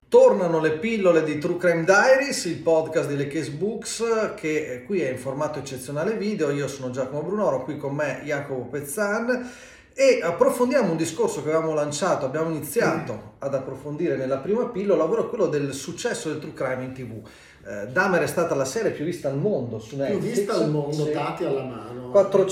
Tornano le pillole di True Crime Diaries, il podcast di Le Case Books, che qui è in formato eccezionale video. Io sono Giacomo Brunoro, qui con me Jacopo Pezzan, e approfondiamo un discorso che avevamo lanciato, abbiamo iniziato ad approfondire nella prima pillola, ovvero quello del successo del True Crime in TV. Dahmer è stata la serie più vista al mondo su Netflix. Più vista al mondo, sì. Dati alla mano.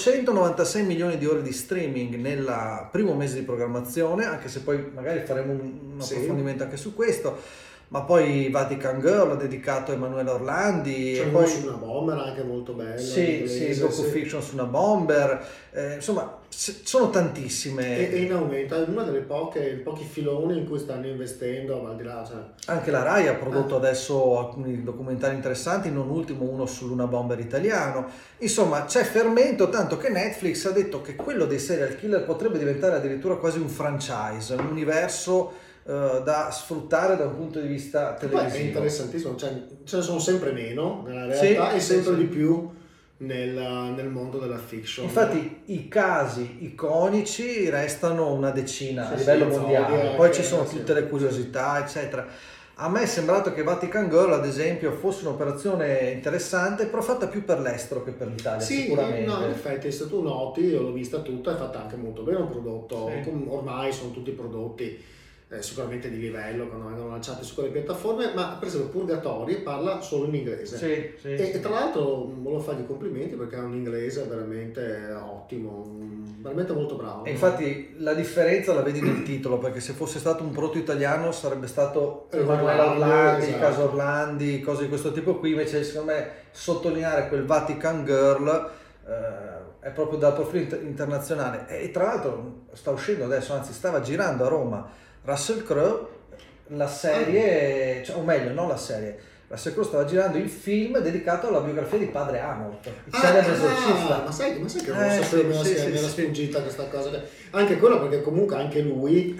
496 milioni di ore di streaming nel primo mese di programmazione, anche se poi magari faremo un approfondimento anche su questo. Ma poi Vatican Girl dedicato a Emanuele Orlandi. C'è e poi poi su una bomber anche molto bello. sì, docu-fiction su una bomber. Insomma, sono tantissime. E in aumento, è una delle pochi filoni in cui stanno investendo, ma al di là. Cioè... Anche la Rai ha prodotto adesso alcuni documentari interessanti, non ultimo uno su Luna Bomber italiano. Insomma, c'è fermento, tanto che Netflix ha detto che quello dei serial killer potrebbe diventare addirittura quasi un franchise, un universo da sfruttare da un punto di vista televisivo. Poi è interessantissimo, ce ne sono sempre meno nella realtà e sempre di più nel mondo della fiction. Infatti i casi iconici restano una decina a livello mondiale, poi ci sono tutte le curiosità eccetera. A me è sembrato che Vatican Girl, ad esempio, fosse un'operazione interessante, però fatta più per l'estero che per l'Italia, sicuramente. No, in effetti, se tu noti, io l'ho vista tutta, è fatta anche molto bene un prodotto, ormai sono tutti prodotti sicuramente di livello quando vengono lanciati su quelle piattaforme, ma per esempio Purgatory parla solo in inglese. E tra l'altro volevo fargli complimenti perché ha un inglese veramente ottimo, veramente molto bravo. E infatti la differenza la vedi nel titolo, perché se fosse stato un prodotto italiano sarebbe stato Emanuele Orlandi, esatto. Il caso Orlandi, cose di questo tipo qui. Invece secondo me sottolineare quel Vatican Girl è proprio dal profilo internazionale. E tra l'altro sta uscendo adesso, anzi stava girando a Roma Russell Crowe, la serie, o meglio, non la serie, Russell Crowe stava girando il film dedicato alla biografia di padre Amorth, il celebre esorcista. Ma sai che non sapevo se mi era sfuggita questa cosa. Anche quello perché comunque anche lui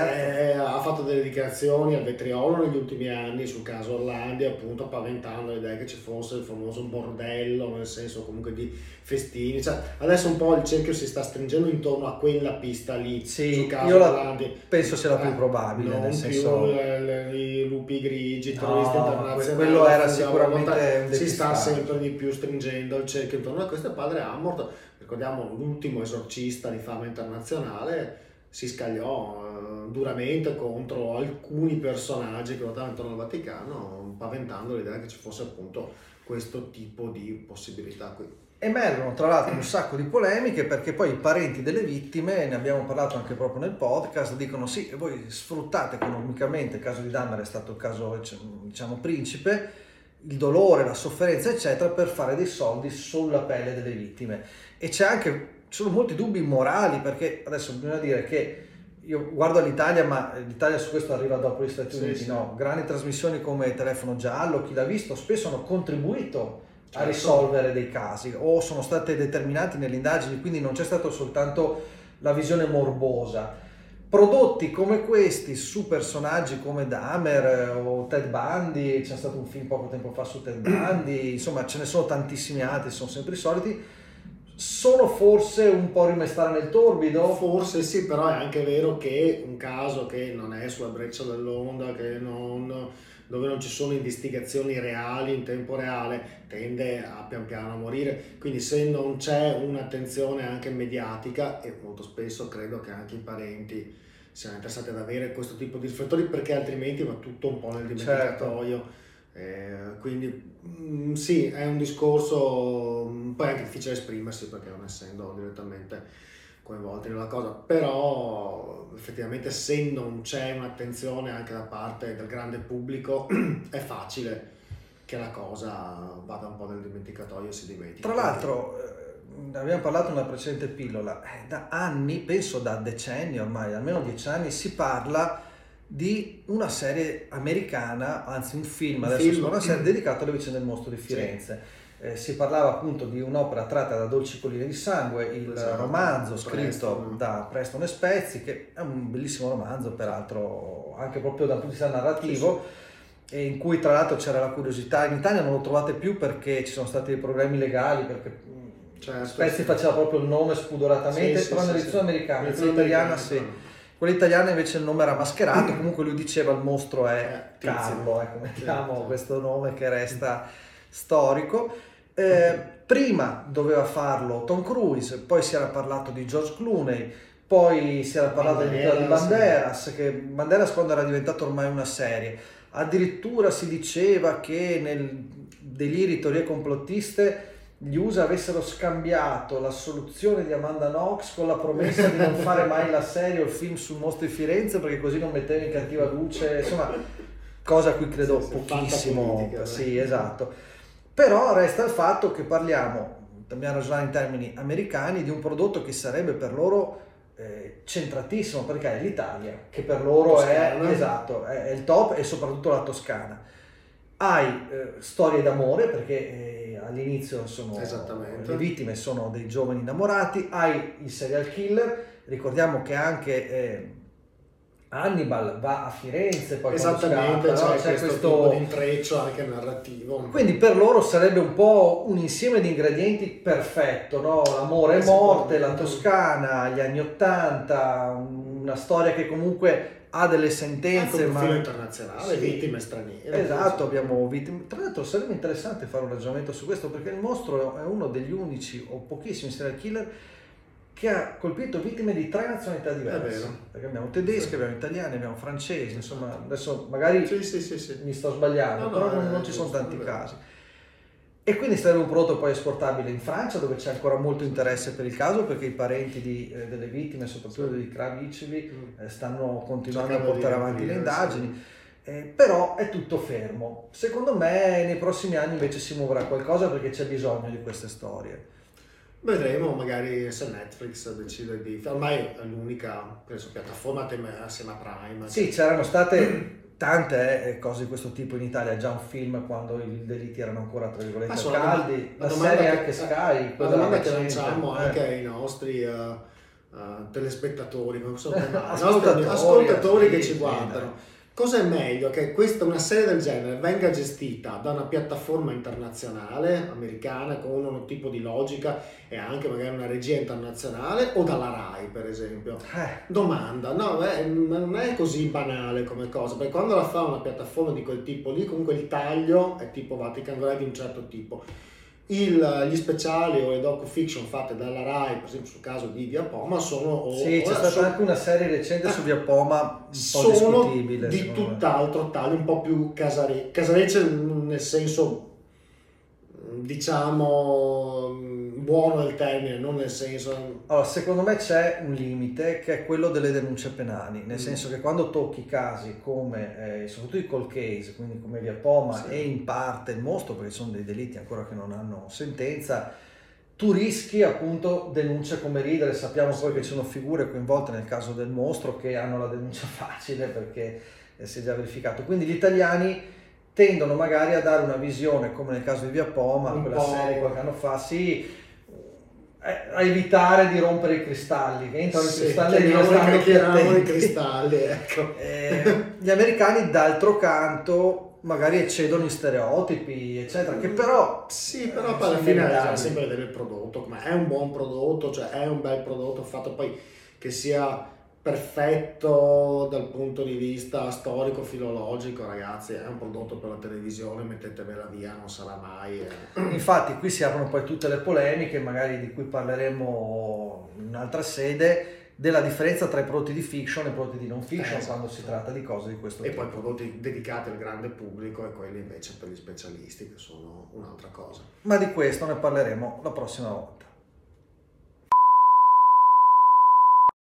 ha fatto delle dichiarazioni al vetriolo negli ultimi anni sul caso Orlandi, appunto paventando l'idea che ci fosse il famoso bordello, nel senso comunque di festini. Cioè, adesso un po' il cerchio si sta stringendo intorno a quella pista lì sul caso Orlandi. Penso sia la più probabile, non nel più senso i lupi grigi, i terroristi internazionali. Quello era sicuramente un si sta sempre di più stringendo il cerchio intorno a questo. Padre Amorth, ricordiamo l'ultimo esorcista di fama internazionale, si scagliò duramente contro alcuni personaggi che ruotavano intorno al Vaticano, paventando l'idea che ci fosse appunto questo tipo di possibilità qui. Emergono tra l'altro un sacco di polemiche, perché poi i parenti delle vittime, ne abbiamo parlato anche proprio nel podcast, dicono sì, voi sfruttate economicamente, il caso di Dahmer è stato il caso, diciamo, principe, il dolore, la sofferenza eccetera, per fare dei soldi sulla pelle delle vittime. E ci sono molti dubbi morali, perché adesso bisogna dire che io guardo l'Italia, ma l'Italia su questo arriva dopo gli Stati Uniti. No? Grandi trasmissioni come Telefono Giallo, Chi l'ha visto, spesso hanno contribuito a risolvere dei casi o sono state determinanti nelle indagini, quindi non c'è stato soltanto la visione morbosa. Prodotti come questi su personaggi come Dahmer o Ted Bundy, c'è stato un film poco tempo fa su Ted Bundy, insomma ce ne sono tantissimi altri, sono sempre i soliti. Sono forse un po' rimestare nel torbido? Forse sì, però è anche vero che un caso che non è sulla breccia dell'onda, dove non ci sono investigazioni reali in tempo reale, tende a pian piano a morire. Quindi se non c'è un'attenzione anche mediatica, e molto spesso credo che anche i parenti siano interessati ad avere questo tipo di riflettori, perché altrimenti va tutto un po' nel dimenticatoio. Quindi sì, è un discorso poi anche difficile esprimersi, perché non essendo direttamente coinvolti nella cosa, però effettivamente se non c'è un'attenzione anche da parte del grande pubblico è facile che la cosa vada un po' nel dimenticatoio e si dimentichi. Tra l'altro abbiamo parlato nella precedente pillola, da anni, penso da decenni ormai, almeno 10 anni, si parla di una serie americana, anzi un film, una serie dedicata alle vicende del mostro di Firenze. Si parlava appunto di un'opera tratta da Dolci colline di sangue, il romanzo scritto da Preston e Spezzi, che è un bellissimo romanzo, peraltro anche proprio dal punto di vista narrativo, e in cui tra l'altro c'era la curiosità. In Italia non lo trovate più perché ci sono stati dei problemi legali, perché Spezzi faceva proprio il nome spudoratamente, però nell'edizione americana, in italiana sì. Quella italiana invece il nome era mascherato, comunque lui diceva il mostro è Carlo, ecco, mettiamo questo nome che resta storico. Prima doveva farlo Tom Cruise, poi si era parlato di George Clooney, poi si era parlato di Banderas, che Banderas quando era diventato ormai una serie. Addirittura si diceva che nel deliri teorie complottiste gli USA avessero scambiato la soluzione di Amanda Knox con la promessa di non fare mai la serie o il film sul mostro di Firenze perché così non metteva in cattiva luce, insomma, cosa a cui credo pochissimo. Sì, esatto. Però resta il fatto che dobbiamo ragionare in termini americani, di un prodotto che sarebbe per loro centratissimo, perché è l'Italia, che per loro è il top, e soprattutto la Toscana. Hai storie d'amore, perché all'inizio le vittime sono dei giovani innamorati, hai il serial killer, ricordiamo che anche Hannibal va a Firenze, poi esattamente, c'è questo tipo di intreccio anche narrativo. Quindi per loro sarebbe un po' un insieme di ingredienti perfetto, no? L'amore e morte, la Toscana, gli anni '80, una storia che comunque ha delle sentenze, un profilo internazionale, vittime straniere. Esatto, abbiamo vittime. Tra l'altro sarebbe interessante fare un ragionamento su questo, perché il mostro è uno degli unici o pochissimi serial killer che ha colpito vittime di 3 nazionalità diverse. Perché abbiamo tedeschi, abbiamo italiani, abbiamo francesi, insomma, adesso magari mi sto sbagliando, però non ci sono tanti casi. E quindi sarebbe un prodotto poi esportabile in Francia, dove c'è ancora molto interesse per il caso, perché i parenti delle vittime, soprattutto di Krabicvi, stanno continuando a portare avanti le indagini. Però è tutto fermo. Secondo me nei prossimi anni invece si muoverà qualcosa, perché c'è bisogno di queste storie. Vedremo magari se Netflix decide di... Ormai è l'unica, penso, piattaforma assieme a Prime. Sì, c'erano state tante cose di questo tipo in Italia, già un film quando i delitti erano ancora tra virgolette caldi, la serie anche Sky. La domanda che lanciamo anche ai nostri telespettatori, ascoltatori che ci guardano. Cosa è meglio? Che una serie del genere venga gestita da una piattaforma internazionale, americana, con un tipo di logica e anche magari una regia internazionale, o dalla Rai, per esempio? Domanda, non è così banale come cosa, perché quando la fa una piattaforma di quel tipo lì, comunque il taglio è tipo Vatican Rai di un certo tipo. Gli speciali o le docu-fiction fatte dalla Rai, per esempio sul caso di Via Poma, c'è stata anche una serie recente su Via Poma un po' discutibile. Di tutt'altro taglio, un po' più casarecce nel senso, diciamo, buono del termine, non nel senso... Allora, secondo me c'è un limite, che è quello delle denunce penali, nel senso che quando tocchi casi come, soprattutto i cold case, quindi come Via Poma e in parte il mostro, perché sono dei delitti ancora che non hanno sentenza, tu rischi appunto denunce come ridere. Sappiamo poi che ci sono figure coinvolte nel caso del mostro che hanno la denuncia facile perché si è già verificato. Quindi gli italiani tendono magari a dare una visione, come nel caso di Via Poma, quella serie qualche anno fa, a evitare di rompere i cristalli, che entrano i cristalli i cristalli, ecco. Gli americani d'altro canto magari eccedono in stereotipi, eccetera, che però poi alla fine bisogna sempre vedere il prodotto, come è un buon prodotto, cioè è un bel prodotto fatto, poi che sia perfetto dal punto di vista storico, filologico, ragazzi, è un prodotto per la televisione, mettetevela via, non sarà mai. Infatti qui si aprono poi tutte le polemiche, magari di cui parleremo in un'altra sede, della differenza tra i prodotti di fiction e i prodotti di non fiction, quando si tratta di cose di questo tipo. E poi prodotti dedicati al grande pubblico e quelli invece per gli specialisti, che sono un'altra cosa. Ma di questo ne parleremo la prossima volta.